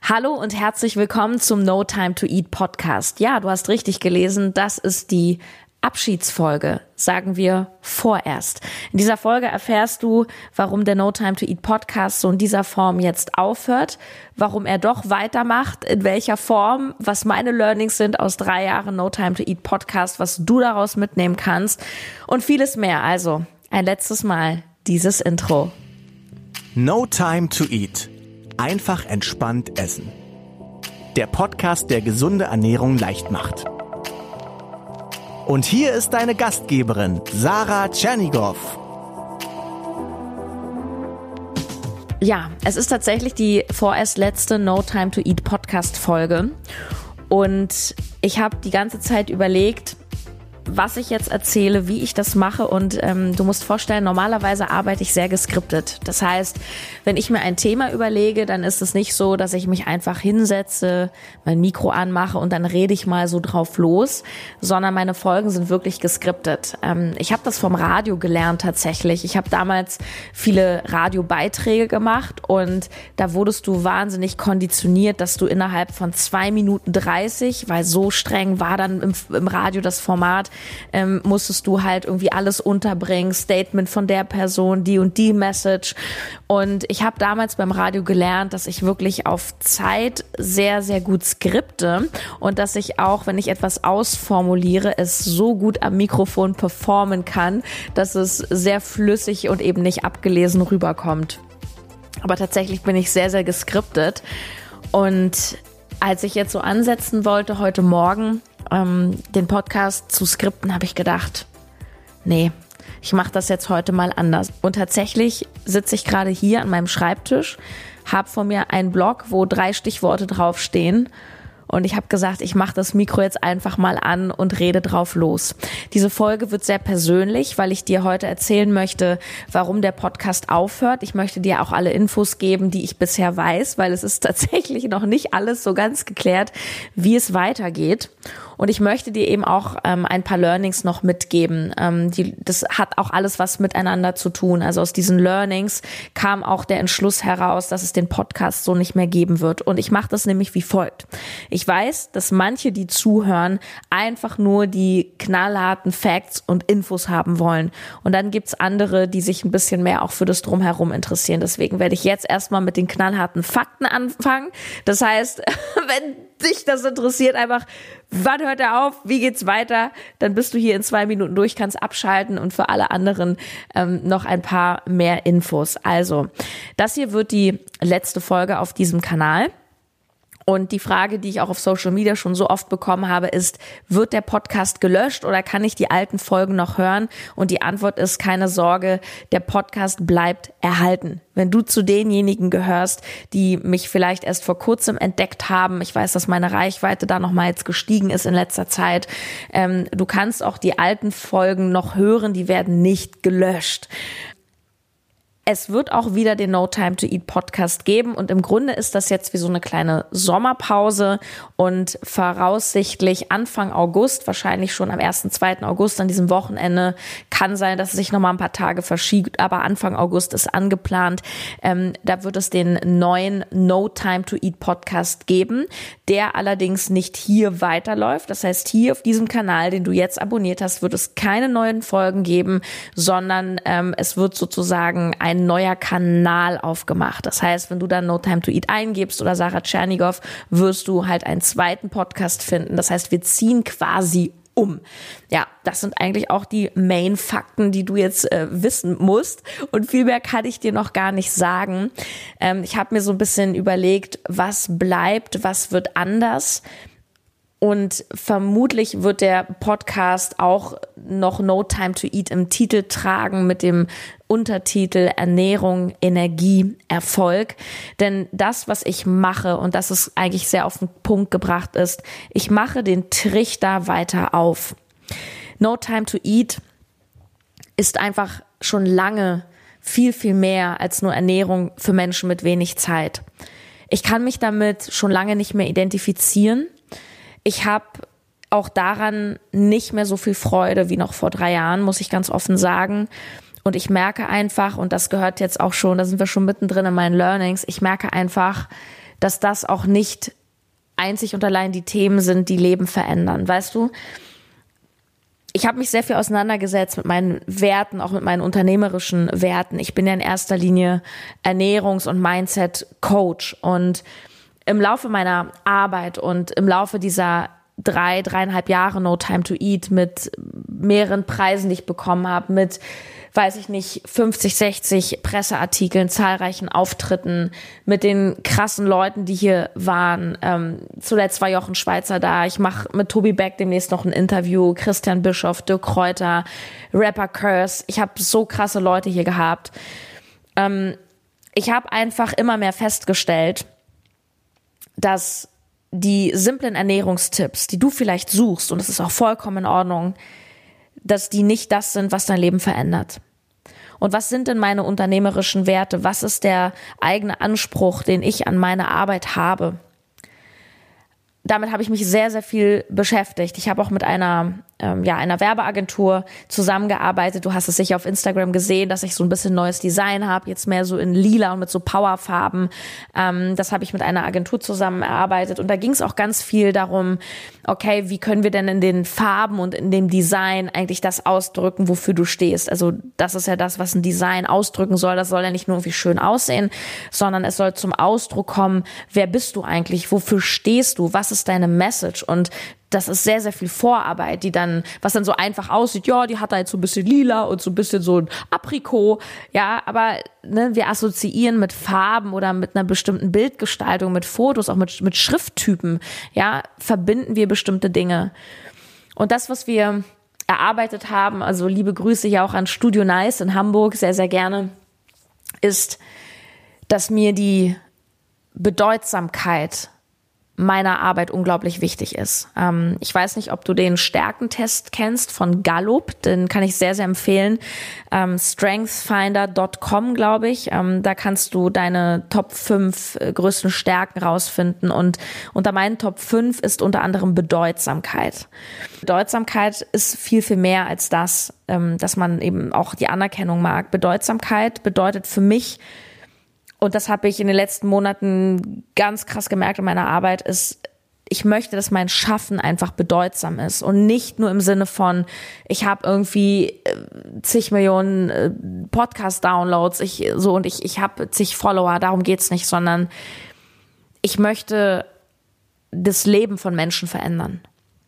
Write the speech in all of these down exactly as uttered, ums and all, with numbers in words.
Hallo und herzlich willkommen zum No Time to Eat Podcast. Ja, du hast richtig gelesen, das ist die Abschiedsfolge, sagen wir vorerst. In dieser Folge erfährst du, warum der No Time to Eat Podcast so in dieser Form jetzt aufhört, warum er doch weitermacht, in welcher Form, was meine Learnings sind aus drei Jahren No Time to Eat Podcast, was du daraus mitnehmen kannst und vieles mehr. Also ein letztes Mal dieses Intro. No Time to Eat. Einfach entspannt essen. Der Podcast, der gesunde Ernährung leicht macht. Und hier ist deine Gastgeberin, Sarah Tschernigow. Ja, es ist tatsächlich die vorerst letzte No Time to Eat Podcast-Folge. Und ich habe die ganze Zeit überlegt, was ich jetzt erzähle, wie ich das mache und ähm, du musst vorstellen, normalerweise arbeite ich sehr geskriptet. Das heißt, wenn ich mir ein Thema überlege, dann ist es nicht so, dass ich mich einfach hinsetze, mein Mikro anmache und dann rede ich mal so drauf los, sondern meine Folgen sind wirklich geskriptet. Ähm, ich habe das vom Radio gelernt tatsächlich. Ich habe damals viele Radiobeiträge gemacht und da wurdest du wahnsinnig konditioniert, dass du innerhalb von zwei Minuten dreißig, weil so streng war dann im, im Radio das Format, Ähm, musstest du halt irgendwie alles unterbringen, Statement von der Person, die und die Message. Und ich habe damals beim Radio gelernt, dass ich wirklich auf Zeit sehr, sehr gut skripte und dass ich auch, wenn ich etwas ausformuliere, es so gut am Mikrofon performen kann, dass es sehr flüssig und eben nicht abgelesen rüberkommt. Aber tatsächlich bin ich sehr, sehr geskriptet. Und als ich jetzt so ansetzen wollte heute Morgen, ähm, den Podcast zu skripten, habe ich gedacht, nee, ich mache das jetzt heute mal anders. Und tatsächlich sitze ich gerade hier an meinem Schreibtisch, habe vor mir einen Blog, wo drei Stichworte draufstehen. Und ich habe gesagt, ich mache das Mikro jetzt einfach mal an und rede drauf los. Diese Folge wird sehr persönlich, weil ich dir heute erzählen möchte, warum der Podcast aufhört. Ich möchte dir auch alle Infos geben, die ich bisher weiß, weil es ist tatsächlich noch nicht alles so ganz geklärt, wie es weitergeht. Und ich möchte dir eben auch ähm, ein paar Learnings noch mitgeben. Ähm, die, das hat auch alles was miteinander zu tun. Also aus diesen Learnings kam auch der Entschluss heraus, dass es den Podcast so nicht mehr geben wird. Und ich mache das nämlich wie folgt. Ich weiß, dass manche, die zuhören, einfach nur die knallharten Facts und Infos haben wollen. Und dann gibt's andere, die sich ein bisschen mehr auch für das Drumherum interessieren. Deswegen werde ich jetzt erstmal mit den knallharten Fakten anfangen. Das heißt, wenn dich das interessiert, einfach, wann hört er auf, wie geht's weiter, dann bist du hier in zwei Minuten durch, kannst abschalten und für alle anderen ähm, noch ein paar mehr Infos. Also, das hier wird die letzte Folge auf diesem Kanal. Und die Frage, die ich auch auf Social Media schon so oft bekommen habe, ist, wird der Podcast gelöscht oder kann ich die alten Folgen noch hören? Und die Antwort ist, keine Sorge, der Podcast bleibt erhalten. Wenn du zu denjenigen gehörst, die mich vielleicht erst vor kurzem entdeckt haben, ich weiß, dass meine Reichweite da nochmal jetzt gestiegen ist in letzter Zeit, ähm, du kannst auch die alten Folgen noch hören, die werden nicht gelöscht. Es wird auch wieder den No Time to Eat Podcast geben und im Grunde ist das jetzt wie so eine kleine Sommerpause und voraussichtlich Anfang August, wahrscheinlich schon am ersten, zweiten August an diesem Wochenende, kann sein, dass es sich nochmal ein paar Tage verschiebt, aber Anfang August ist angeplant. Ähm, da wird es den neuen No Time to Eat Podcast geben, der allerdings nicht hier weiterläuft. Das heißt, hier auf diesem Kanal, den du jetzt abonniert hast, wird es keine neuen Folgen geben, sondern ähm, es wird sozusagen ein neuer Kanal aufgemacht. Das heißt, wenn du dann No Time to Eat eingibst oder Sarah Tschernigow, wirst du halt einen zweiten Podcast finden. Das heißt, wir ziehen quasi um. Ja, das sind eigentlich auch die Main-Fakten, die du jetzt äh, wissen musst. Und viel mehr kann ich dir noch gar nicht sagen. Ähm, ich habe mir so ein bisschen überlegt, was bleibt, was wird anders. Und vermutlich wird der Podcast auch noch No Time to Eat im Titel tragen mit dem Untertitel Ernährung, Energie, Erfolg. Denn das, was ich mache, und das ist eigentlich sehr auf den Punkt gebracht ist, ich mache den Trichter weiter auf. No Time to Eat ist einfach schon lange viel, viel mehr als nur Ernährung für Menschen mit wenig Zeit. Ich kann mich damit schon lange nicht mehr identifizieren. Ich habe auch daran nicht mehr so viel Freude wie noch vor drei Jahren, muss ich ganz offen sagen. Und ich merke einfach, und das gehört jetzt auch schon, da sind wir schon mittendrin in meinen Learnings, ich merke einfach, dass das auch nicht einzig und allein die Themen sind, die Leben verändern. Weißt du, ich habe mich sehr viel auseinandergesetzt mit meinen Werten, auch mit meinen unternehmerischen Werten. Ich bin ja in erster Linie Ernährungs- und Mindset-Coach. Und im Laufe meiner Arbeit und im Laufe dieser drei, dreieinhalb Jahre No Time to Eat mit mehreren Preisen, die ich bekommen habe, mit, weiß ich nicht, fünfzig, sechzig Presseartikeln, zahlreichen Auftritten, mit den krassen Leuten, die hier waren. Ähm, zuletzt war Jochen Schweizer da. Ich mache mit Tobi Beck demnächst noch ein Interview, Christian Bischoff, Dirk Kräuter, Rapper Curse. Ich habe so krasse Leute hier gehabt. Ähm, ich habe einfach immer mehr festgestellt, dass die simplen Ernährungstipps, die du vielleicht suchst, und es ist auch vollkommen in Ordnung, dass die nicht das sind, was dein Leben verändert. Und was sind denn meine unternehmerischen Werte? Was ist der eigene Anspruch, den ich an meine Arbeit habe? Damit habe ich mich sehr, sehr viel beschäftigt. Ich habe auch mit einer, ähm, ja, einer Werbeagentur zusammengearbeitet. Du hast es sicher auf Instagram gesehen, dass ich so ein bisschen neues Design habe, jetzt mehr so in lila und mit so Powerfarben. Ähm, das habe ich mit einer Agentur zusammen erarbeitet. Und da ging es auch ganz viel darum, okay, wie können wir denn in den Farben und in dem Design eigentlich das ausdrücken, wofür du stehst? Also das ist ja das, was ein Design ausdrücken soll. Das soll ja nicht nur irgendwie schön aussehen, sondern es soll zum Ausdruck kommen, wer bist du eigentlich? Wofür stehst du? Was ist deine Message? Und das ist sehr, sehr viel Vorarbeit, die dann, was dann so einfach aussieht, ja, die hat da jetzt so ein bisschen lila und so ein bisschen so ein Aprikot, ja, aber ne, wir assoziieren mit Farben oder mit einer bestimmten Bildgestaltung, mit Fotos, auch mit, mit Schrifttypen, ja, verbinden wir bestimmte Dinge. Und das, was wir erarbeitet haben, also liebe Grüße hier auch an Studio Nice in Hamburg, sehr, sehr gerne, ist, dass mir die Bedeutsamkeit meiner Arbeit unglaublich wichtig ist. Ähm, ich weiß nicht, ob du den Stärkentest kennst von Gallup, den kann ich sehr, sehr empfehlen. Ähm, strengthfinder Punkt com, glaube ich. Ähm, da kannst du deine Top fünf äh, größten Stärken rausfinden und unter meinen Top fünf ist unter anderem Bedeutsamkeit. Bedeutsamkeit ist viel, viel mehr als das, ähm, dass man eben auch die Anerkennung mag. Bedeutsamkeit bedeutet für mich, und das habe ich in den letzten Monaten ganz krass gemerkt in meiner Arbeit, ist, ich möchte, dass mein Schaffen einfach bedeutsam ist und nicht nur im Sinne von, ich habe irgendwie zig Millionen Podcast-Downloads, ich so und ich ich habe zig Follower, darum geht's nicht, sondern ich möchte das Leben von Menschen verändern.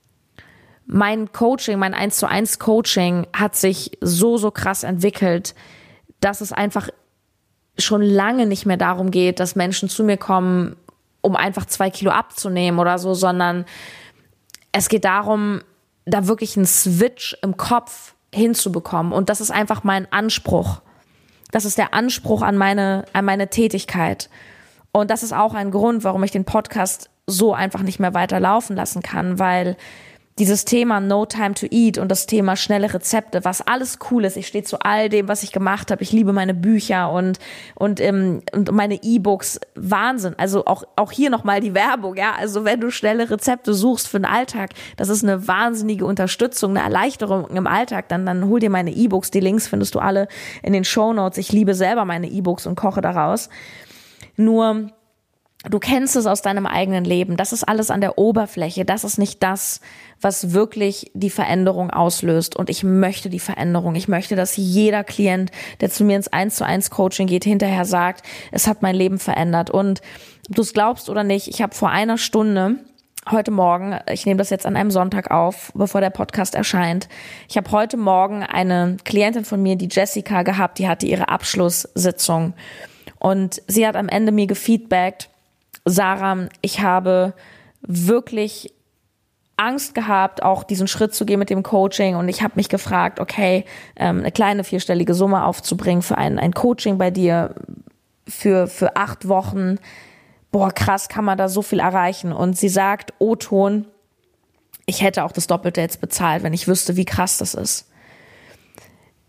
Mein Coaching, mein eins zu eins Coaching hat sich so, so krass entwickelt, dass es einfach schon lange nicht mehr darum geht, dass Menschen zu mir kommen, um einfach zwei Kilo abzunehmen oder so, sondern es geht darum, da wirklich einen Switch im Kopf hinzubekommen. Und das ist einfach mein Anspruch. Das ist der Anspruch an meine, an meine Tätigkeit. Und das ist auch ein Grund, warum ich den Podcast so einfach nicht mehr weiter laufen lassen kann, weil dieses Thema No Time to Eat und das Thema schnelle Rezepte, was alles cool ist. Ich stehe zu all dem, was ich gemacht habe. Ich liebe meine Bücher und und ähm, und meine E-Books. Wahnsinn. Also auch auch hier nochmal die Werbung. Ja, also wenn du schnelle Rezepte suchst für den Alltag, das ist eine wahnsinnige Unterstützung, eine Erleichterung im Alltag. Dann dann hol dir meine E-Books. Die Links findest du alle in den Shownotes. Ich liebe selber meine E-Books und koche daraus. Nur du kennst es aus deinem eigenen Leben. Das ist alles an der Oberfläche. Das ist nicht das, was wirklich die Veränderung auslöst. Und ich möchte die Veränderung. Ich möchte, dass jeder Klient, der zu mir ins eins zu eins Coaching geht, hinterher sagt, es hat mein Leben verändert. Und ob du es glaubst oder nicht, ich habe vor einer Stunde, heute Morgen, ich nehme das jetzt an einem Sonntag auf, bevor der Podcast erscheint, ich habe heute Morgen eine Klientin von mir, die Jessica, gehabt, die hatte ihre Abschlusssitzung. Und sie hat am Ende mir gefeedbackt, Sarah, ich habe wirklich Angst gehabt, auch diesen Schritt zu gehen mit dem Coaching, und ich habe mich gefragt, okay, eine kleine vierstellige Summe aufzubringen für ein, ein Coaching bei dir für, für acht Wochen. Boah, krass, kann man da so viel erreichen. Und sie sagt, O-Ton, ich hätte auch das Doppelte jetzt bezahlt, wenn ich wüsste, wie krass das ist.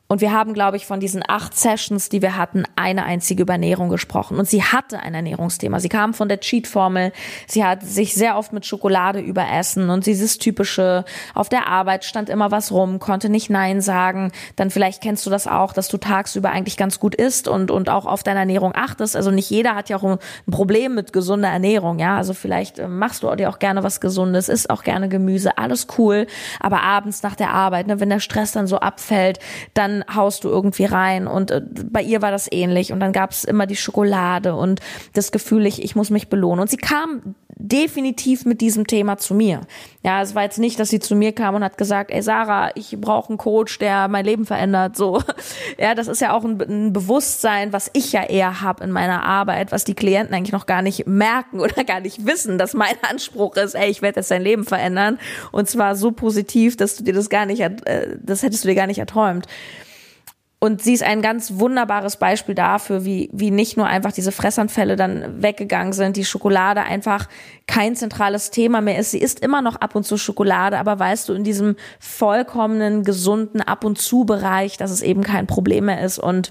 Und wir haben, glaube ich, von diesen acht Sessions, die wir hatten, eine einzige über Ernährung gesprochen. Und sie hatte ein Ernährungsthema. Sie kam von der Cheat-Formel. Sie hat sich sehr oft mit Schokolade überessen und dieses typische, auf der Arbeit stand immer was rum, konnte nicht Nein sagen. Dann vielleicht kennst du das auch, dass du tagsüber eigentlich ganz gut isst und, und auch auf deine Ernährung achtest. Also nicht jeder hat ja auch ein Problem mit gesunder Ernährung, ja. Also vielleicht machst du dir auch gerne was Gesundes, isst auch gerne Gemüse, alles cool. Aber abends nach der Arbeit, ne, wenn der Stress dann so abfällt, dann haust du irgendwie rein und äh, bei ihr war das ähnlich und dann gab es immer die Schokolade und das Gefühl, ich, ich muss mich belohnen und sie kam definitiv mit diesem Thema zu mir. Ja, es war jetzt nicht, dass sie zu mir kam und hat gesagt, ey Sarah, ich brauche einen Coach, der mein Leben verändert, so. Ja, das ist ja auch ein, ein Bewusstsein, was ich ja eher habe in meiner Arbeit, was die Klienten eigentlich noch gar nicht merken oder gar nicht wissen, dass mein Anspruch ist, ey, ich werde jetzt dein Leben verändern und zwar so positiv, dass du dir das gar nicht, äh, das hättest du dir gar nicht erträumt. Und sie ist ein ganz wunderbares Beispiel dafür, wie wie nicht nur einfach diese Fressanfälle dann weggegangen sind, die Schokolade einfach kein zentrales Thema mehr ist. Sie isst immer noch ab und zu Schokolade, aber weißt du, in diesem vollkommenen, gesunden Ab-und-zu-Bereich, dass es eben kein Problem mehr ist. Und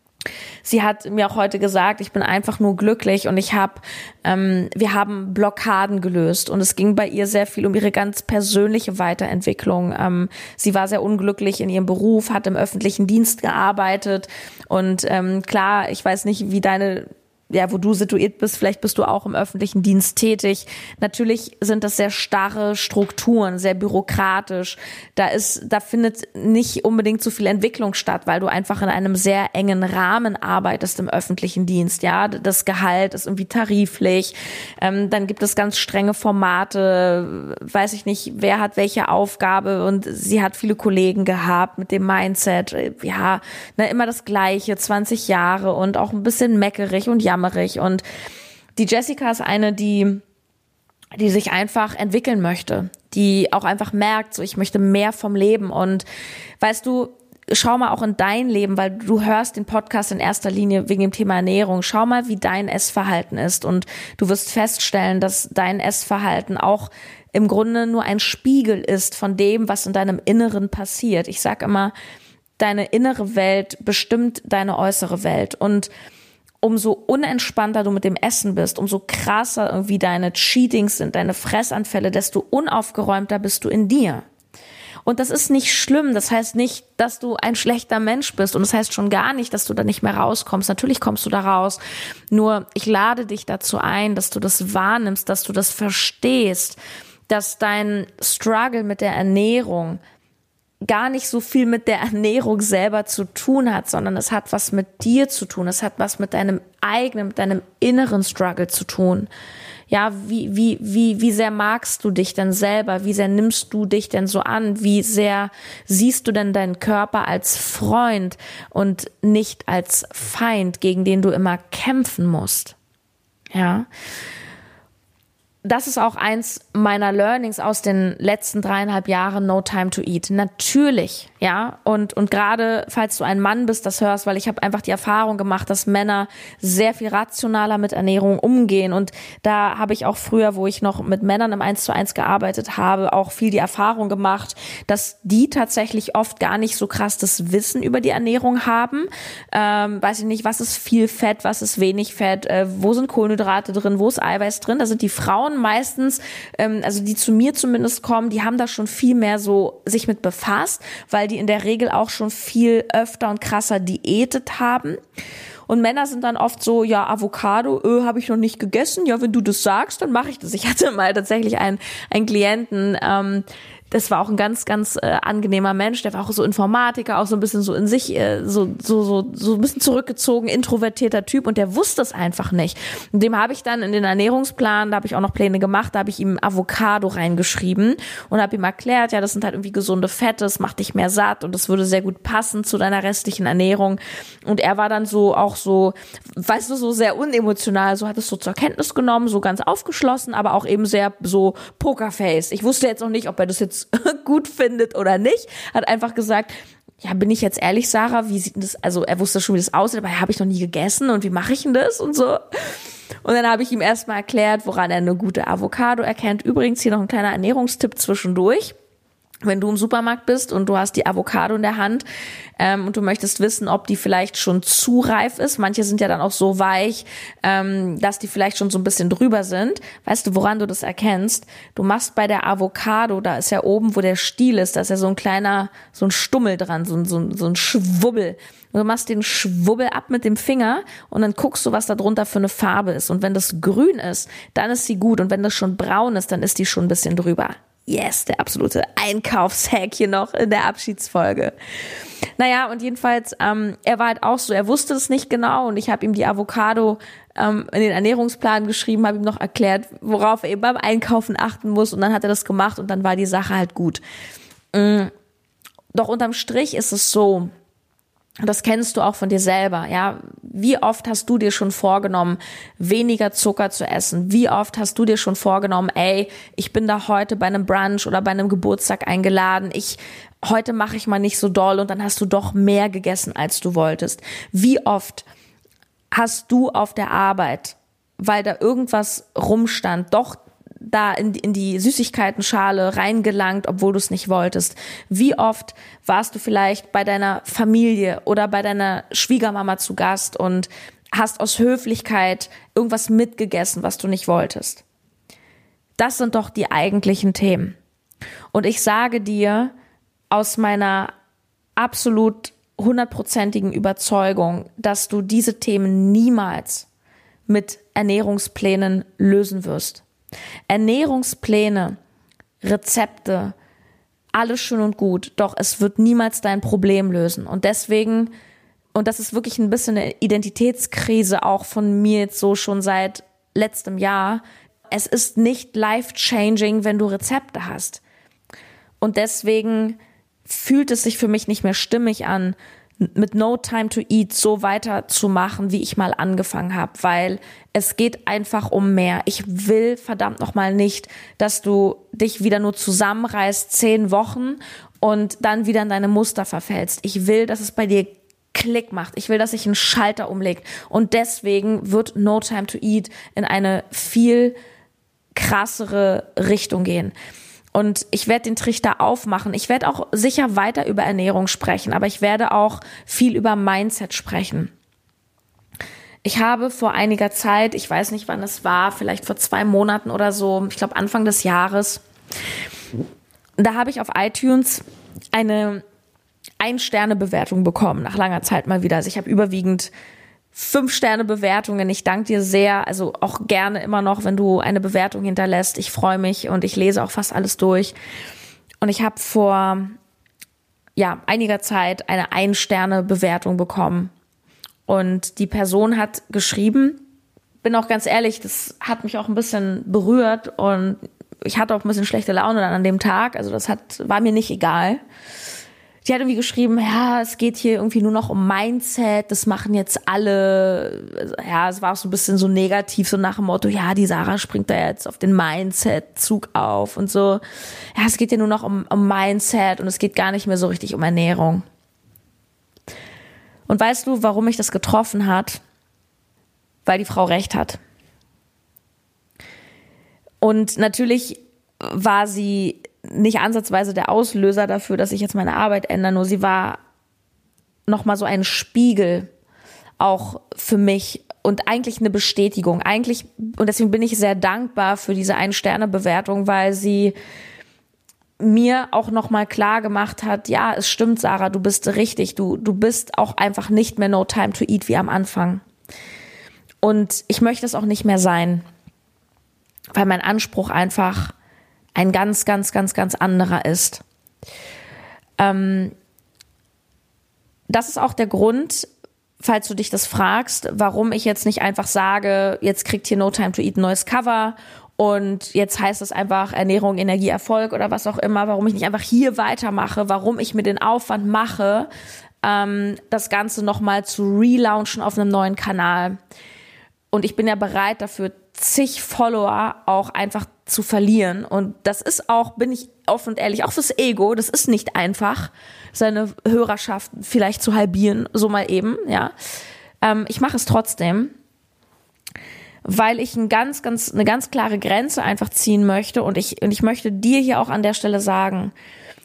sie hat mir auch heute gesagt, ich bin einfach nur glücklich und ich habe, ähm, wir haben Blockaden gelöst und es ging bei ihr sehr viel um ihre ganz persönliche Weiterentwicklung. Ähm, sie war sehr unglücklich in ihrem Beruf, hat im öffentlichen Dienst gearbeitet und ähm, klar, ich weiß nicht, wie deine ja, wo du situiert bist, vielleicht bist du auch im öffentlichen Dienst tätig. Natürlich sind das sehr starre Strukturen, sehr bürokratisch. Da ist, da findet nicht unbedingt so viel Entwicklung statt, weil du einfach in einem sehr engen Rahmen arbeitest im öffentlichen Dienst. Ja, das Gehalt ist irgendwie tariflich. Ähm, dann gibt es ganz strenge Formate. Weiß ich nicht, wer hat welche Aufgabe und sie hat viele Kollegen gehabt mit dem Mindset. Ja, ne, immer das Gleiche, zwanzig Jahre und auch ein bisschen meckerig und jammerig. Und die Jessica ist eine, die, die sich einfach entwickeln möchte, die auch einfach merkt, so ich möchte mehr vom Leben. Und weißt du, schau mal auch in dein Leben, weil du hörst den Podcast in erster Linie wegen dem Thema Ernährung. Schau mal, wie dein Essverhalten ist und du wirst feststellen, dass dein Essverhalten auch im Grunde nur ein Spiegel ist von dem, was in deinem Inneren passiert. Ich sag immer, deine innere Welt bestimmt deine äußere Welt und umso unentspannter du mit dem Essen bist, umso krasser irgendwie deine Cheatings sind, deine Fressanfälle, desto unaufgeräumter bist du in dir. Und das ist nicht schlimm, das heißt nicht, dass du ein schlechter Mensch bist und das heißt schon gar nicht, dass du da nicht mehr rauskommst. Natürlich kommst du da raus, nur ich lade dich dazu ein, dass du das wahrnimmst, dass du das verstehst, dass dein Struggle mit der Ernährung gar nicht so viel mit der Ernährung selber zu tun hat, sondern es hat was mit dir zu tun. Es hat was mit deinem eigenen, mit deinem inneren Struggle zu tun. Ja, wie, wie, wie, wie sehr magst du dich denn selber? Wie sehr nimmst du dich denn so an? Wie sehr siehst du denn deinen Körper als Freund und nicht als Feind, gegen den du immer kämpfen musst? Ja. Das ist auch eins meiner Learnings aus den letzten dreieinhalb Jahren No Time to Eat. Natürlich, ja, und und gerade falls du ein Mann bist, das hörst, weil ich habe einfach die Erfahrung gemacht, dass Männer sehr viel rationaler mit Ernährung umgehen und da habe ich auch früher, wo ich noch mit Männern im eins zu eins gearbeitet habe, auch viel die Erfahrung gemacht, dass die tatsächlich oft gar nicht so krass das Wissen über die Ernährung haben. Ähm, weiß ich nicht, was ist viel Fett, was ist wenig Fett, äh, wo sind Kohlenhydrate drin, wo ist Eiweiß drin, da sind die Frauen meistens, ähm, also die zu mir zumindest kommen, die haben da schon viel mehr so sich mit befasst, weil die in der Regel auch schon viel öfter und krasser diätet haben. Und Männer sind dann oft so, ja, Avocado, äh, habe ich noch nicht gegessen. Ja, wenn du das sagst, dann mache ich das. Ich hatte mal tatsächlich einen, einen Klienten, ähm, das war auch ein ganz, ganz äh, angenehmer Mensch. Der war auch so Informatiker, auch so ein bisschen so in sich, äh, so, so, so, so ein bisschen zurückgezogen, introvertierter Typ. Und der wusste es einfach nicht. Und dem habe ich dann in den Ernährungsplan, da habe ich auch noch Pläne gemacht, da habe ich ihm Avocado reingeschrieben und habe ihm erklärt, ja, das sind halt irgendwie gesunde Fette, das macht dich mehr satt und das würde sehr gut passen zu deiner restlichen Ernährung. Und er war dann so auch so, weißt du, so sehr unemotional, so hat es so zur Kenntnis genommen, so ganz aufgeschlossen, aber auch eben sehr so Pokerface. Ich wusste jetzt noch nicht, ob er das jetzt gut findet oder nicht, hat einfach gesagt, ja, bin ich jetzt ehrlich, Sarah, wie sieht denn das, also er wusste schon, wie das aussieht, aber habe ich noch nie gegessen und wie mache ich denn das und so. Und dann habe ich ihm erstmal erklärt, woran er eine gute Avocado erkennt. Übrigens hier noch ein kleiner Ernährungstipp zwischendurch. Wenn du im Supermarkt bist und du hast die Avocado in der Hand ähm, und du möchtest wissen, ob die vielleicht schon zu reif ist, manche sind ja dann auch so weich, ähm, dass die vielleicht schon so ein bisschen drüber sind. Weißt du, woran du das erkennst? Du machst bei der Avocado, da ist ja oben, wo der Stiel ist, da ist ja so ein kleiner, so ein Stummel dran, so, so, so ein Schwubbel. Und du machst den Schwubbel ab mit dem Finger und dann guckst du, was da drunter für eine Farbe ist. Und wenn das grün ist, dann ist sie gut. Und wenn das schon braun ist, dann ist die schon ein bisschen drüber. Yes, der absolute Einkaufshack hier noch in der Abschiedsfolge. Naja, und jedenfalls, ähm, er war halt auch so, er wusste es nicht genau und ich habe ihm die Avocado ähm, in den Ernährungsplan geschrieben, habe ihm noch erklärt, worauf er eben beim Einkaufen achten muss und dann hat er das gemacht und dann war die Sache halt gut. Mhm. Doch unterm Strich ist es so, das kennst du auch von dir selber, ja. Wie oft hast du dir schon vorgenommen, weniger Zucker zu essen? Wie oft hast du dir schon vorgenommen, ey, ich bin da heute bei einem Brunch oder bei einem Geburtstag eingeladen, ich, heute mache ich mal nicht so doll und dann hast du doch mehr gegessen, als du wolltest. Wie oft hast du auf der Arbeit, weil da irgendwas rumstand, doch da in, in die Süßigkeitenschale reingelangt, obwohl du es nicht wolltest? Wie oft warst du vielleicht bei deiner Familie oder bei deiner Schwiegermama zu Gast und hast aus Höflichkeit irgendwas mitgegessen, was du nicht wolltest? Das sind doch die eigentlichen Themen. Und ich sage dir aus meiner absolut hundertprozentigen Überzeugung, dass du diese Themen niemals mit Ernährungsplänen lösen wirst. Ernährungspläne, Rezepte, alles schön und gut, doch es wird niemals dein Problem lösen. Und deswegen, und das ist wirklich ein bisschen eine Identitätskrise auch von mir jetzt so schon seit letztem Jahr, es ist nicht life-changing, wenn du Rezepte hast. Und deswegen fühlt es sich für mich nicht mehr stimmig an, mit No Time to Eat so weiterzumachen, wie ich mal angefangen habe, weil es geht einfach um mehr. Ich will verdammt nochmal nicht, dass du dich wieder nur zusammenreißt, zehn Wochen und dann wieder in deine Muster verfällst. Ich will, dass es bei dir Klick macht. Ich will, dass sich ein Schalter umlegt. Und deswegen wird No Time to Eat in eine viel krassere Richtung gehen. Und ich werde den Trichter aufmachen. Ich werde auch sicher weiter über Ernährung sprechen, aber ich werde auch viel über Mindset sprechen. Ich habe vor einiger Zeit, ich weiß nicht, wann es war, vielleicht vor zwei Monaten oder so, ich glaube Anfang des Jahres, da habe ich auf iTunes eine Ein-Sterne-Bewertung bekommen, nach langer Zeit mal wieder. Also ich habe überwiegend Fünf-Sterne-Bewertungen. Ich danke dir sehr, also auch gerne immer noch, wenn du eine Bewertung hinterlässt. Ich freue mich und ich lese auch fast alles durch. Und ich habe vor ja einiger Zeit eine Ein-Sterne-Bewertung bekommen. Und die Person hat geschrieben, bin auch ganz ehrlich, das hat mich auch ein bisschen berührt und ich hatte auch ein bisschen schlechte Laune dann an dem Tag. Also das hat war mir nicht egal. Die hat irgendwie geschrieben, ja, es geht hier irgendwie nur noch um Mindset, das machen jetzt alle, ja, es war auch so ein bisschen so negativ, so nach dem Motto, ja, die Sarah springt da jetzt auf den Mindset-Zug auf und so. Ja, es geht ja nur noch um, um Mindset und es geht gar nicht mehr so richtig um Ernährung. Und weißt du, warum mich das getroffen hat? Weil die Frau recht hat. Und natürlich war sie nicht ansatzweise der Auslöser dafür, dass ich jetzt meine Arbeit ändere, nur sie war nochmal so ein Spiegel auch für mich und eigentlich eine Bestätigung. Eigentlich, und deswegen bin ich sehr dankbar für diese Ein-Sterne-Bewertung, weil sie mir auch nochmal klar gemacht hat, ja, es stimmt, Sarah, du bist richtig, du, du bist auch einfach nicht mehr No Time to Eat wie am Anfang. Und ich möchte es auch nicht mehr sein, weil mein Anspruch einfach ein ganz, ganz, ganz, ganz anderer ist. Ähm, das ist auch der Grund, falls du dich das fragst, warum ich jetzt nicht einfach sage, jetzt kriegt hier No Time to Eat ein neues Cover und jetzt heißt es einfach Ernährung, Energie, Erfolg oder was auch immer, warum ich nicht einfach hier weitermache, warum ich mir den Aufwand mache, ähm, das Ganze nochmal zu relaunchen auf einem neuen Kanal. Und ich bin ja bereit dafür, zig Follower auch einfach zu verlieren. Und das ist auch, bin ich offen und ehrlich, auch fürs Ego, das ist nicht einfach, seine Hörerschaft vielleicht zu halbieren, so mal eben, ja. Ähm, ich mache es trotzdem, weil ich ein ganz, ganz, eine ganz klare Grenze einfach ziehen möchte. Und ich, und ich möchte dir hier auch an der Stelle sagen,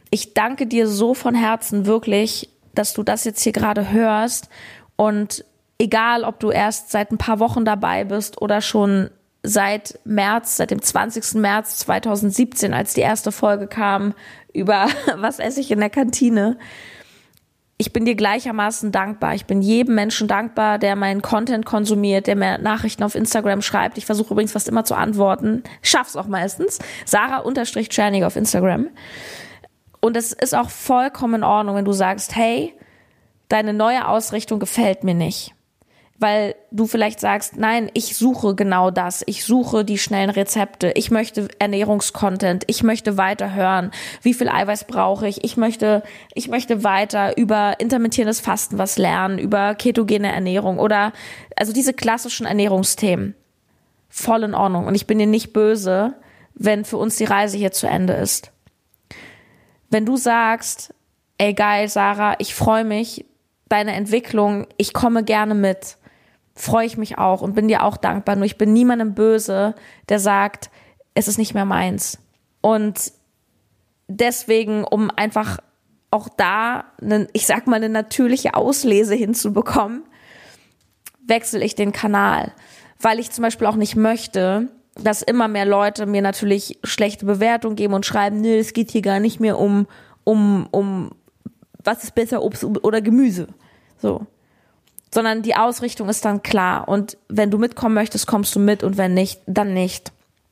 ich danke dir so von Herzen wirklich, dass du das jetzt hier gerade hörst. Und egal, ob du erst seit ein paar Wochen dabei bist oder schon seit März, seit dem zwanzigsten März zweitausendsiebzehn, als die erste Folge kam über was esse ich in der Kantine. Ich bin dir gleichermaßen dankbar. Ich bin jedem Menschen dankbar, der meinen Content konsumiert, der mir Nachrichten auf Instagram schreibt. Ich versuche übrigens fast immer zu antworten. Schaff's auch meistens. Sarah-Tschernig auf Instagram. Und es ist auch vollkommen in Ordnung, wenn du sagst, hey, deine neue Ausrichtung gefällt mir nicht. Weil du vielleicht sagst, nein, ich suche genau das. Ich suche die schnellen Rezepte. Ich möchte Ernährungscontent. Ich möchte weiter hören. Wie viel Eiweiß brauche ich? Ich möchte, ich möchte weiter über intermittierendes Fasten was lernen, über ketogene Ernährung oder, also diese klassischen Ernährungsthemen. Voll in Ordnung. Und ich bin dir nicht böse, wenn für uns die Reise hier zu Ende ist. Wenn du sagst, ey geil, Sarah, ich freue mich, deine Entwicklung, ich komme gerne mit, freue ich mich auch und bin dir auch dankbar. Nur ich bin niemandem böse, der sagt, es ist nicht mehr meins. Und deswegen, um einfach auch da, eine, ich sag mal, eine natürliche Auslese hinzubekommen, wechsle ich den Kanal. Weil ich zum Beispiel auch nicht möchte, dass immer mehr Leute mir natürlich schlechte Bewertungen geben und schreiben, nee, es geht hier gar nicht mehr um, um, um, was ist besser, Obst oder Gemüse. So. Sondern die Ausrichtung ist dann klar. Und wenn du mitkommen möchtest, kommst du mit und wenn nicht, dann nicht.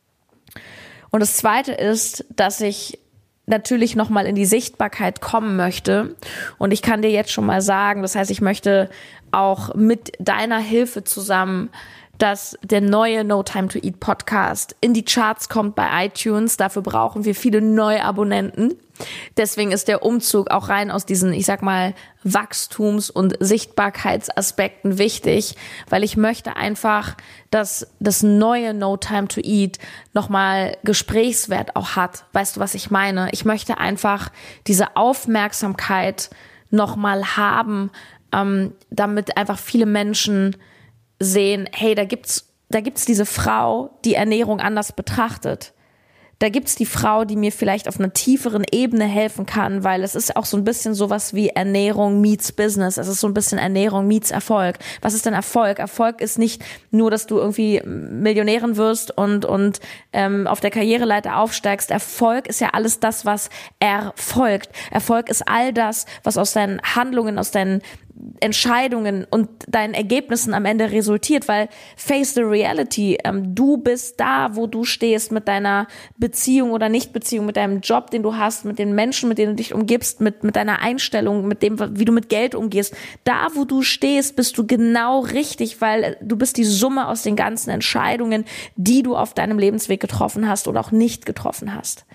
Und das Zweite ist, dass ich natürlich nochmal in die Sichtbarkeit kommen möchte. Und ich kann dir jetzt schon mal sagen, das heißt, ich möchte auch mit deiner Hilfe zusammen, dass der neue No Time to Eat Podcast in die Charts kommt bei iTunes. Dafür brauchen wir viele neue Abonnenten. Deswegen ist der Umzug auch rein aus diesen, ich sag mal, Wachstums- und Sichtbarkeitsaspekten wichtig, weil ich möchte einfach, dass das neue No Time to Eat nochmal Gesprächswert auch hat. Weißt du, was ich meine? Ich möchte einfach diese Aufmerksamkeit nochmal haben, ähm, damit einfach viele Menschen sehen, hey, da gibt's, da gibt's diese Frau, die Ernährung anders betrachtet. Da gibt's die Frau, die mir vielleicht auf einer tieferen Ebene helfen kann, weil es ist auch so ein bisschen sowas wie Ernährung meets Business. Es ist so ein bisschen Ernährung meets Erfolg. Was ist denn Erfolg? Erfolg ist nicht nur, dass du irgendwie Millionärin wirst und und ähm, auf der Karriereleiter aufsteigst. Erfolg ist ja alles das, was erfolgt. Erfolg ist all das, was aus deinen Handlungen, aus deinen Entscheidungen und deinen Ergebnissen am Ende resultiert, weil face the reality, ähm, du bist da, wo du stehst mit deiner Beziehung oder Nichtbeziehung, mit deinem Job, den du hast, mit den Menschen, mit denen du dich umgibst, mit mit deiner Einstellung, mit dem, wie du mit Geld umgehst. Da, wo du stehst, bist du genau richtig, weil du bist die Summe aus den ganzen Entscheidungen, die du auf deinem Lebensweg getroffen hast oder auch nicht getroffen hast.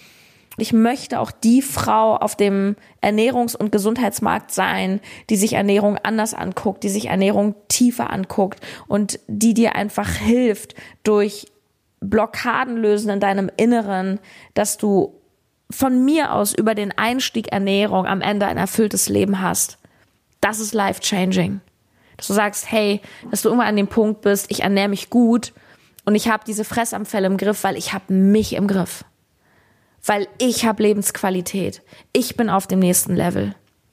Ich möchte auch die Frau auf dem Ernährungs- und Gesundheitsmarkt sein, die sich Ernährung anders anguckt, die sich Ernährung tiefer anguckt und die dir einfach hilft, durch Blockaden lösen in deinem Inneren, dass du von mir aus über den Einstieg Ernährung am Ende ein erfülltes Leben hast. Das ist life-changing. Dass du sagst, hey, dass du irgendwann an dem Punkt bist, ich ernähre mich gut und ich habe diese Fressanfälle im Griff, weil ich habe mich im Griff. Weil ich habe Lebensqualität. Ich bin auf dem nächsten Level.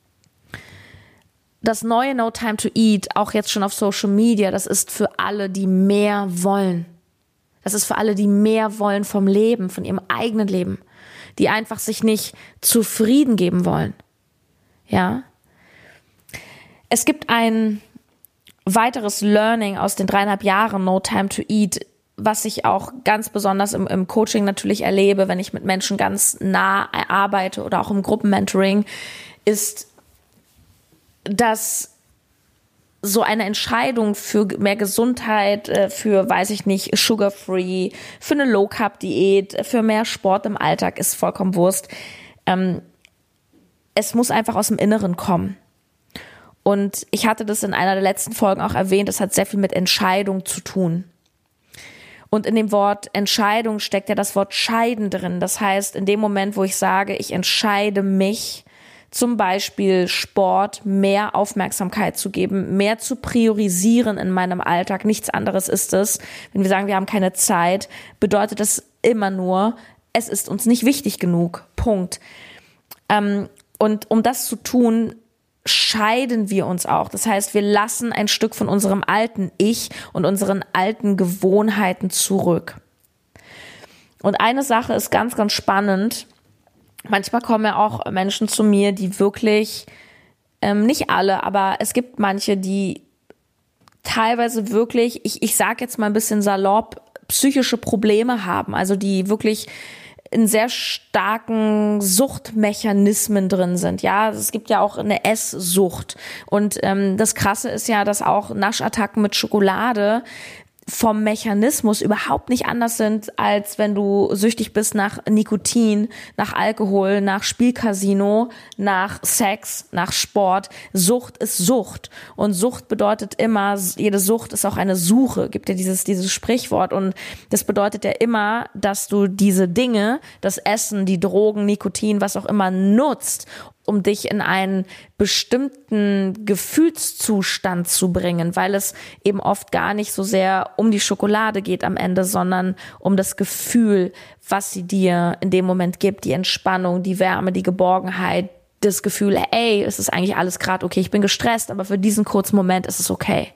Das neue No Time to Eat, auch jetzt schon auf Social Media, das ist für alle, die mehr wollen. Das ist für alle, die mehr wollen vom Leben, von ihrem eigenen Leben. Die einfach sich nicht zufrieden geben wollen. Ja. Es gibt ein weiteres Learning aus den dreieinhalb Jahren No Time to Eat, was ich auch ganz besonders im, im Coaching natürlich erlebe, wenn ich mit Menschen ganz nah arbeite oder auch im Gruppenmentoring, ist, dass so eine Entscheidung für mehr Gesundheit, für, weiß ich nicht, Sugar-Free, für eine Low-Carb-Diät, für mehr Sport im Alltag ist vollkommen Wurst. Ähm, es muss einfach aus dem Inneren kommen. Und ich hatte das in einer der letzten Folgen auch erwähnt, das hat sehr viel mit Entscheidung zu tun. Und in dem Wort Entscheidung steckt ja das Wort scheiden drin. Das heißt, in dem Moment, wo ich sage, ich entscheide mich, zum Beispiel Sport mehr Aufmerksamkeit zu geben, mehr zu priorisieren in meinem Alltag. Nichts anderes ist es. Wenn wir sagen, wir haben keine Zeit, bedeutet das immer nur, es ist uns nicht wichtig genug. Punkt. Ähm, und um das zu tun, scheiden wir uns auch. Das heißt, wir lassen ein Stück von unserem alten Ich und unseren alten Gewohnheiten zurück. Und eine Sache ist ganz, ganz spannend. Manchmal kommen ja auch Menschen zu mir, die wirklich, ähm, nicht alle, aber es gibt manche, die teilweise wirklich, ich, ich sage jetzt mal ein bisschen salopp, psychische Probleme haben. Also die wirklich in sehr starken Suchtmechanismen drin sind. Ja, es gibt ja auch eine Esssucht. Und ähm, das Krasse ist ja, dass auch Naschattacken mit Schokolade vom Mechanismus überhaupt nicht anders sind, als wenn du süchtig bist nach Nikotin, nach Alkohol, nach Spielcasino, nach Sex, nach Sport. Sucht ist Sucht. Und Sucht bedeutet immer, jede Sucht ist auch eine Suche, gibt ja dieses, dieses Sprichwort. Und das bedeutet ja immer, dass du diese Dinge, das Essen, die Drogen, Nikotin, was auch immer nutzt, um dich in einen bestimmten Gefühlszustand zu bringen, weil es eben oft gar nicht so sehr um die Schokolade geht am Ende, sondern um das Gefühl, was sie dir in dem Moment gibt, die Entspannung, die Wärme, die Geborgenheit, das Gefühl, ey, es ist eigentlich alles gerade okay, ich bin gestresst, aber für diesen kurzen Moment ist es okay.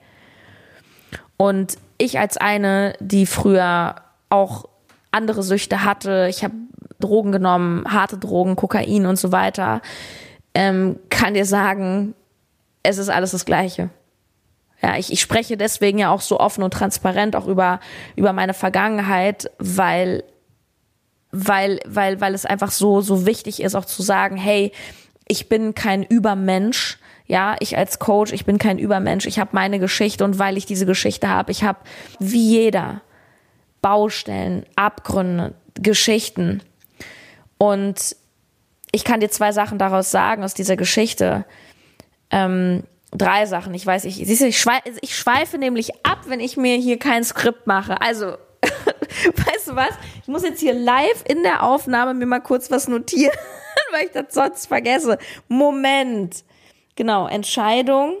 Und ich als eine, die früher auch andere Süchte hatte, ich habe Drogen genommen, harte Drogen, Kokain und so weiter, ähm, kann dir sagen, es ist alles das Gleiche. Ja, ich, ich spreche deswegen ja auch so offen und transparent auch über, über meine Vergangenheit, weil, weil, weil, weil es einfach so, so wichtig ist, auch zu sagen, hey, ich bin kein Übermensch. Ja, ich als Coach, ich bin kein Übermensch. Ich habe meine Geschichte und weil ich diese Geschichte habe, ich habe wie jeder Baustellen, Abgründe, Geschichten. Und ich kann dir zwei Sachen daraus sagen, aus dieser Geschichte. Ähm, drei Sachen. Ich weiß, ich, siehst du, ich, schweife, ich schweife nämlich ab, wenn ich mir hier kein Skript mache. Also, weißt du was? Ich muss jetzt hier live in der Aufnahme mir mal kurz was notieren, weil ich das sonst vergesse. Moment. Genau, Entscheidung.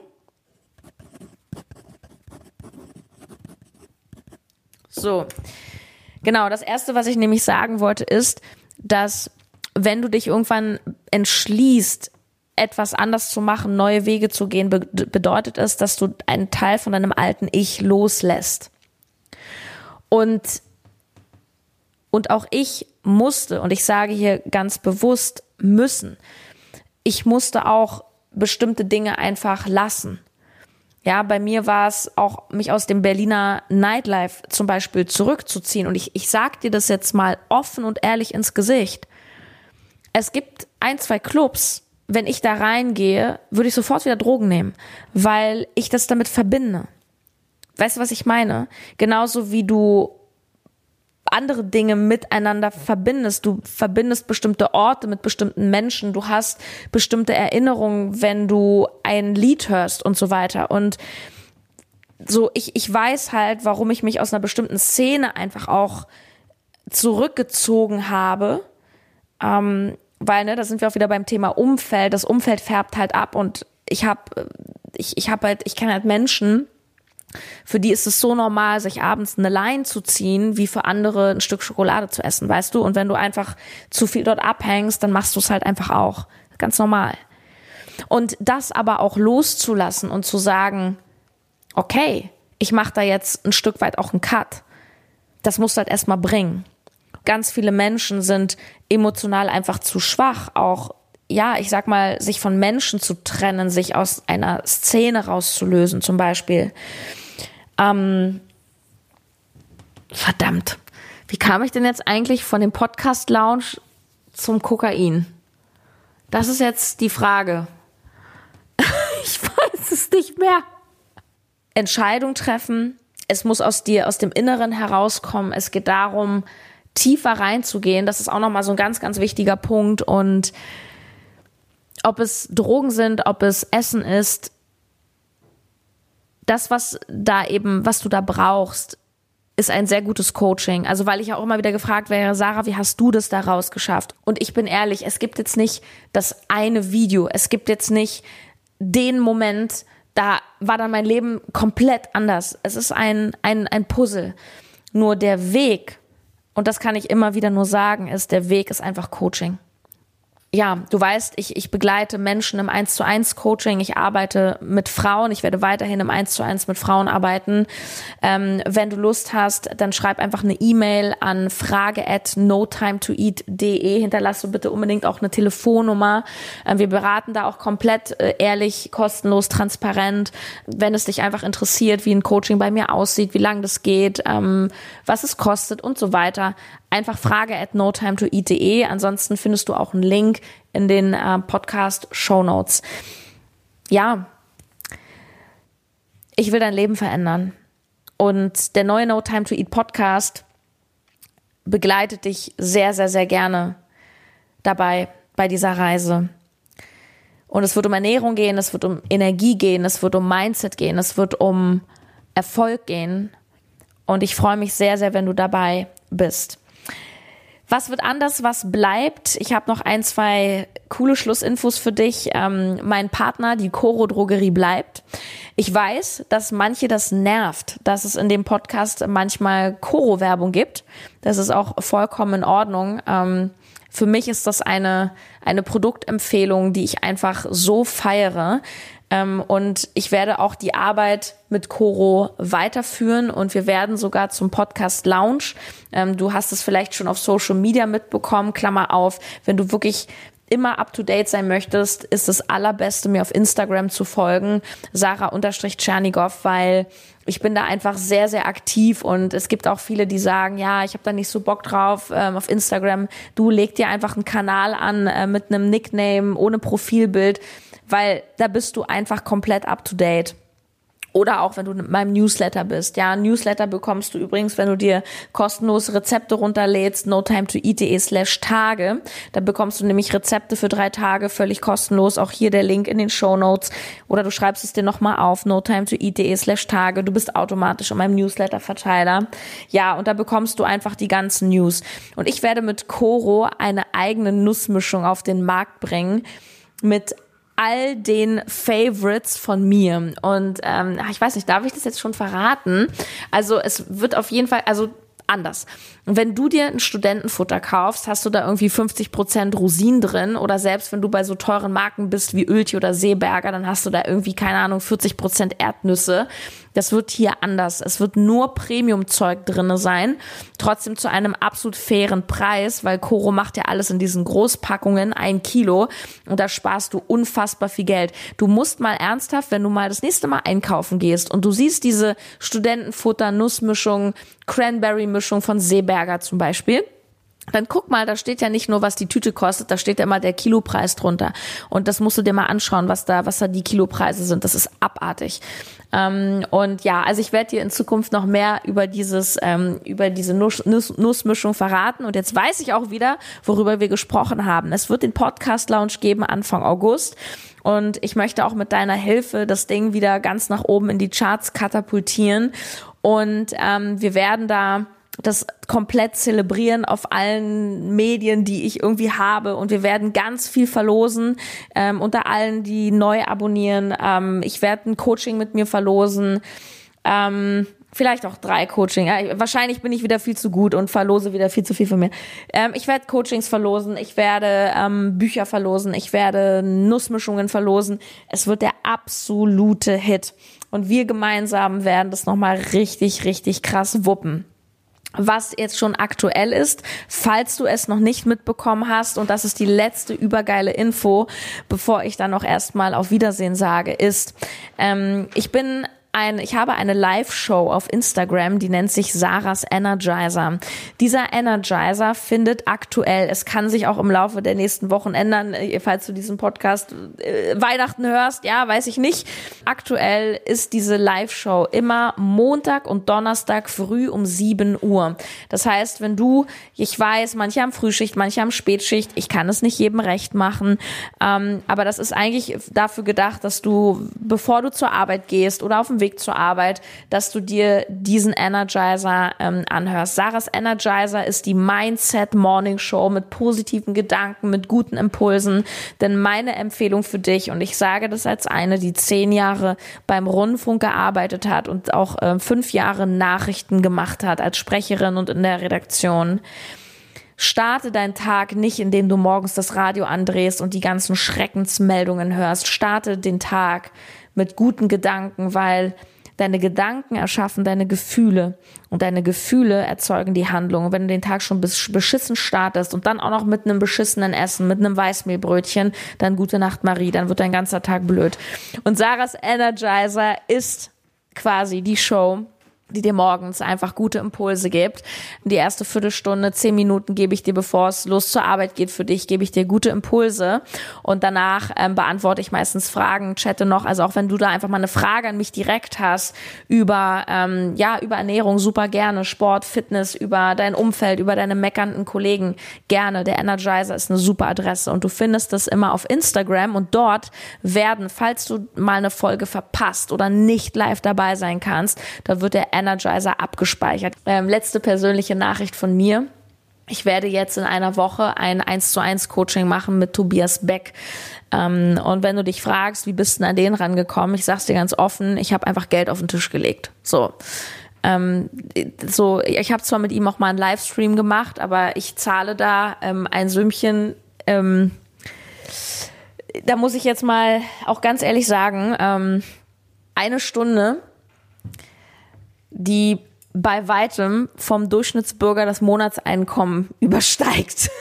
So. Genau, das Erste, was ich nämlich sagen wollte, ist, dass wenn du dich irgendwann entschließt, etwas anders zu machen, neue Wege zu gehen, be- bedeutet es, dass du einen Teil von deinem alten Ich loslässt. Und, und auch ich musste, und ich sage hier ganz bewusst müssen, ich musste auch bestimmte Dinge einfach lassen. Ja, bei mir war es auch, mich aus dem Berliner Nightlife zum Beispiel zurückzuziehen. Und ich, ich sag dir das jetzt mal offen und ehrlich ins Gesicht. Es gibt ein, zwei Clubs, wenn ich da reingehe, würde ich sofort wieder Drogen nehmen, weil ich das damit verbinde. Weißt du, was ich meine? Genauso wie du andere Dinge miteinander verbindest. Du verbindest bestimmte Orte mit bestimmten Menschen. Du hast bestimmte Erinnerungen, wenn du ein Lied hörst und so weiter. Und so, ich, ich weiß halt, warum ich mich aus einer bestimmten Szene einfach auch zurückgezogen habe. Ähm, weil, ne, da sind wir auch wieder beim Thema Umfeld. Das Umfeld färbt halt ab und ich habe, ich, ich habe halt, ich kenne halt Menschen, für die ist es so normal, sich abends eine Line zu ziehen, wie für andere ein Stück Schokolade zu essen, weißt du? Und wenn du einfach zu viel dort abhängst, dann machst du es halt einfach auch. Ganz normal. Und das aber auch loszulassen und zu sagen, okay, ich mache da jetzt ein Stück weit auch einen Cut. Das musst du halt erstmal bringen. Ganz viele Menschen sind emotional einfach zu schwach, auch, ja, ich sag mal, sich von Menschen zu trennen, sich aus einer Szene rauszulösen, zum Beispiel. Ähm, verdammt, wie kam ich denn jetzt eigentlich von dem Podcast-Lounge zum Kokain? Das ist jetzt die Frage. Ich weiß es nicht mehr. Entscheidung treffen, es muss aus dir, aus dem Inneren herauskommen. Es geht darum, tiefer reinzugehen. Das ist auch nochmal so ein ganz, ganz wichtiger Punkt. Und ob es Drogen sind, ob es Essen ist, das, was da eben, was du da brauchst, ist ein sehr gutes Coaching. Also weil ich auch immer wieder gefragt werde, Sarah, wie hast du das da rausgeschafft? Und ich bin ehrlich, es gibt jetzt nicht das eine Video. Es gibt jetzt nicht den Moment, da war dann mein Leben komplett anders. Es ist ein, ein, ein Puzzle. Nur der Weg, und das kann ich immer wieder nur sagen, ist, der Weg ist einfach Coaching. ja, du weißt, ich, ich begleite Menschen im eins zu eins Coaching, ich arbeite mit Frauen, ich werde weiterhin im eins zu eins mit Frauen arbeiten. Ähm, wenn du Lust hast, dann schreib einfach eine E-Mail an frage at no time to eat punkt de, hinterlass du bitte unbedingt auch eine Telefonnummer. Ähm, wir beraten da auch komplett äh, ehrlich, kostenlos, transparent, wenn es dich einfach interessiert, wie ein Coaching bei mir aussieht, wie lange das geht, ähm, was es kostet und so weiter. Einfach frage at no time to eat punkt de. Ansonsten findest du auch einen Link in den äh, Podcast-Shownotes. Ja, ich will dein Leben verändern. Und der neue No Time to Eat Podcast begleitet dich sehr, sehr, sehr gerne dabei, bei dieser Reise. Und es wird um Ernährung gehen, es wird um Energie gehen, es wird um Mindset gehen, es wird um Erfolg gehen. Und ich freue mich sehr, sehr, wenn du dabei bist. Was wird anders, was bleibt? Ich habe noch ein, zwei coole Schlussinfos für dich. Ähm, mein Partner, die Coro Drogerie, bleibt. Ich weiß, dass manche das nervt, dass es in dem Podcast manchmal Coro-Werbung gibt. Das ist auch vollkommen in Ordnung. Ähm, für mich ist das eine, eine Produktempfehlung, die ich einfach so feiere. Ähm, und ich werde auch die Arbeit mit Coro weiterführen und wir werden sogar zum Podcast Lounge. Ähm, du hast es vielleicht schon auf Social Media mitbekommen, Klammer auf, wenn du wirklich immer up to date sein möchtest, ist das Allerbeste, mir auf Instagram zu folgen, Sarah-Tschernigow, weil ich bin da einfach sehr, sehr aktiv und es gibt auch viele, die sagen, ja, ich habe da nicht so Bock drauf ähm, auf Instagram. Du leg dir einfach einen Kanal an äh, mit einem Nickname, ohne Profilbild, weil da bist du einfach komplett up to date. Oder auch, wenn du in meinem Newsletter bist. Ja, Newsletter bekommst du übrigens, wenn du dir kostenlos Rezepte runterlädst, no time to eat punkt de slash Tage. Da bekommst du nämlich Rezepte für drei Tage völlig kostenlos. Auch hier der Link in den Shownotes. Oder du schreibst es dir nochmal auf, no time to eat punkt de slash Tage. Du bist automatisch in meinem Newsletter-Verteiler. Ja, und da bekommst du einfach die ganzen News. Und ich werde mit Coro eine eigene Nussmischung auf den Markt bringen mit all den Favorites von mir. Und ähm, ich weiß nicht, darf ich das jetzt schon verraten? Also es wird auf jeden Fall, also anders. Und wenn du dir ein Studentenfutter kaufst, hast du da irgendwie fünfzig Prozent Rosinen drin oder selbst wenn du bei so teuren Marken bist wie Ölti oder Seeberger, dann hast du da irgendwie, keine Ahnung, vierzig Prozent Erdnüsse. Das wird hier anders. Es wird nur Premium-Zeug drinne sein, trotzdem zu einem absolut fairen Preis, weil Coro macht ja alles in diesen Großpackungen, ein Kilo, und da sparst du unfassbar viel Geld. Du musst mal ernsthaft, wenn du mal das nächste Mal einkaufen gehst und du siehst diese Studentenfutter-Nussmischung, Cranberry-Mischung von Seeberger zum Beispiel, dann guck mal, da steht ja nicht nur, was die Tüte kostet, da steht ja immer der Kilopreis drunter. Und das musst du dir mal anschauen, was da, was da die Kilopreise sind. Das ist abartig. Ähm, und ja, also ich werde dir in Zukunft noch mehr über dieses, ähm, über diese Nuss, Nuss, Nussmischung verraten. Und jetzt weiß ich auch wieder, worüber wir gesprochen haben. Es wird den Podcast Lounge geben Anfang August. Und ich möchte auch mit deiner Hilfe das Ding wieder ganz nach oben in die Charts katapultieren. Und ähm, wir werden da das komplett zelebrieren auf allen Medien, die ich irgendwie habe, und wir werden ganz viel verlosen ähm, unter allen, die neu abonnieren. Ähm, ich werde ein Coaching mit mir verlosen, ähm, vielleicht auch drei Coaching. Ja, wahrscheinlich bin ich wieder viel zu gut und verlose wieder viel zu viel von mir. Ähm, ich werde Coachings verlosen, ich werde ähm, Bücher verlosen, ich werde Nussmischungen verlosen. Es wird der absolute Hit und wir gemeinsam werden das nochmal richtig, richtig krass wuppen. Was jetzt schon aktuell ist, falls du es noch nicht mitbekommen hast, und das ist die letzte übergeile Info, bevor ich dann noch erstmal auf Wiedersehen sage, ist, ähm, ich bin ein, ich habe eine Live-Show auf Instagram, die nennt sich Sarahs Energizer. Dieser Energizer findet aktuell, es kann sich auch im Laufe der nächsten Wochen ändern, falls du diesen Podcast äh, Weihnachten hörst, ja, weiß ich nicht. Aktuell ist diese Live-Show immer Montag und Donnerstag früh um sieben Uhr. Das heißt, wenn du, ich weiß, manche haben Frühschicht, manche haben Spätschicht, ich kann es nicht jedem recht machen, ähm, aber das ist eigentlich dafür gedacht, dass du, bevor du zur Arbeit gehst oder auf dem Weg zur Arbeit, dass du dir diesen Energizer ähm, anhörst. Sarahs Energizer ist die Mindset Morning Show mit positiven Gedanken, mit guten Impulsen. Denn meine Empfehlung für dich, und ich sage das als eine, die zehn Jahre beim Rundfunk gearbeitet hat und auch äh, fünf Jahre Nachrichten gemacht hat als Sprecherin und in der Redaktion: Starte deinen Tag nicht, indem du morgens das Radio andrehst und die ganzen Schreckensmeldungen hörst. Starte den Tag mit guten Gedanken, weil deine Gedanken erschaffen deine Gefühle und deine Gefühle erzeugen die Handlung. Wenn du den Tag schon beschissen startest und dann auch noch mit einem beschissenen Essen, mit einem Weißmehlbrötchen, dann gute Nacht Marie, dann wird dein ganzer Tag blöd. Und Sarahs Energizer ist quasi die Show, die dir morgens einfach gute Impulse gibt. Die erste Viertelstunde, zehn Minuten gebe ich dir, bevor es los zur Arbeit geht für dich, gebe ich dir gute Impulse und danach ähm, beantworte ich meistens Fragen, chatte noch, also auch wenn du da einfach mal eine Frage an mich direkt hast über ähm, ja über Ernährung, super gerne, Sport, Fitness, über dein Umfeld, über deine meckernden Kollegen, gerne. Der Energizer ist eine super Adresse und du findest das immer auf Instagram und dort werden, falls du mal eine Folge verpasst oder nicht live dabei sein kannst, da wird der Energizer abgespeichert. Ähm, letzte persönliche Nachricht von mir. Ich werde jetzt in einer Woche ein eins zu eins Coaching machen mit Tobias Beck. Ähm, und wenn du dich fragst, wie bist du an den rangekommen? Ich sag's dir ganz offen, ich habe einfach Geld auf den Tisch gelegt. So. Ähm, so, ich habe zwar mit ihm auch mal einen Livestream gemacht, aber ich zahle da ähm, ein Sümmchen. Ähm, da muss ich jetzt mal auch ganz ehrlich sagen, ähm, eine Stunde, die bei weitem vom Durchschnittsbürger das Monatseinkommen übersteigt.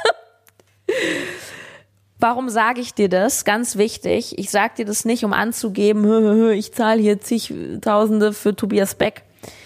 Warum sage ich dir das? Ganz wichtig. Ich sage dir das nicht, um anzugeben, ich zahle hier zigtausende für Tobias Beck.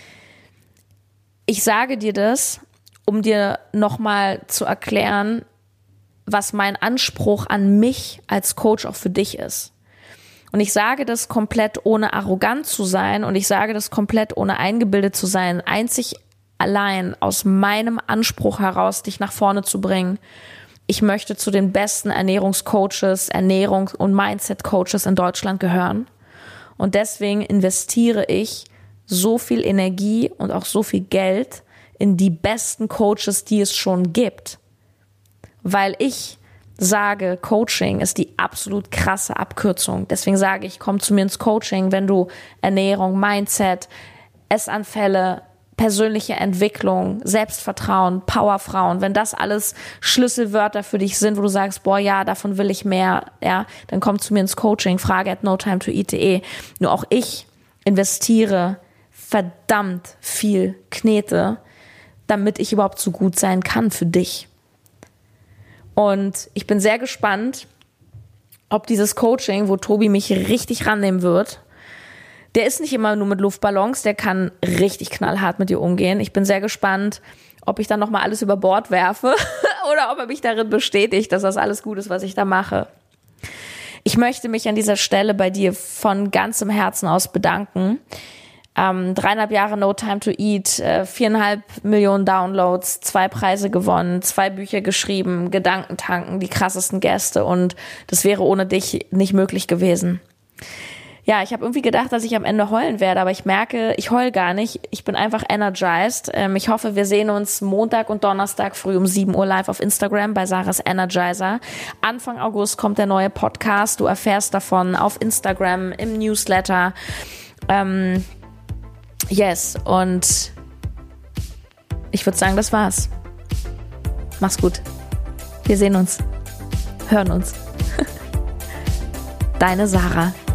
Ich sage dir das, um dir nochmal zu erklären, was mein Anspruch an mich als Coach auch für dich ist. Und ich sage das komplett ohne arrogant zu sein und ich sage das komplett ohne eingebildet zu sein, einzig allein aus meinem Anspruch heraus, dich nach vorne zu bringen. Ich möchte zu den besten Ernährungscoaches, Ernährungs- und Mindset-Coaches in Deutschland gehören. Und deswegen investiere ich so viel Energie und auch so viel Geld in die besten Coaches, die es schon gibt. Weil ich sage, Coaching ist die absolut krasse Abkürzung. Deswegen sage ich, komm zu mir ins Coaching, wenn du Ernährung, Mindset, Essanfälle, persönliche Entwicklung, Selbstvertrauen, Powerfrauen, wenn das alles Schlüsselwörter für dich sind, wo du sagst, boah, ja, davon will ich mehr, ja, dann komm zu mir ins Coaching, frage at no time to eat punkt de. Nur auch ich investiere verdammt viel Knete, damit ich überhaupt so gut sein kann für dich. Und ich bin sehr gespannt, ob dieses Coaching, wo Tobi mich richtig rannehmen wird, der ist nicht immer nur mit Luftballons, der kann richtig knallhart mit dir umgehen. Ich bin sehr gespannt, ob ich dann nochmal alles über Bord werfe oder ob er mich darin bestätigt, dass das alles gut ist, was ich da mache. Ich möchte mich an dieser Stelle bei dir von ganzem Herzen aus bedanken. Ähm, dreieinhalb Jahre No Time to Eat, äh, viereinhalb Millionen Downloads, zwei Preise gewonnen, zwei Bücher geschrieben, Gedankentanken, die krassesten Gäste und das wäre ohne dich nicht möglich gewesen. Ja, ich habe irgendwie gedacht, dass ich am Ende heulen werde, aber ich merke, ich heul gar nicht. Ich bin einfach energized. Ähm, ich hoffe, wir sehen uns Montag und Donnerstag früh um sieben Uhr live auf Instagram bei Sarahs Energizer. Anfang August kommt der neue Podcast. Du erfährst davon auf Instagram, im Newsletter. Ähm, Yes, und ich würde sagen, das war's. Mach's gut. Wir sehen uns, hören uns. Deine Sarah.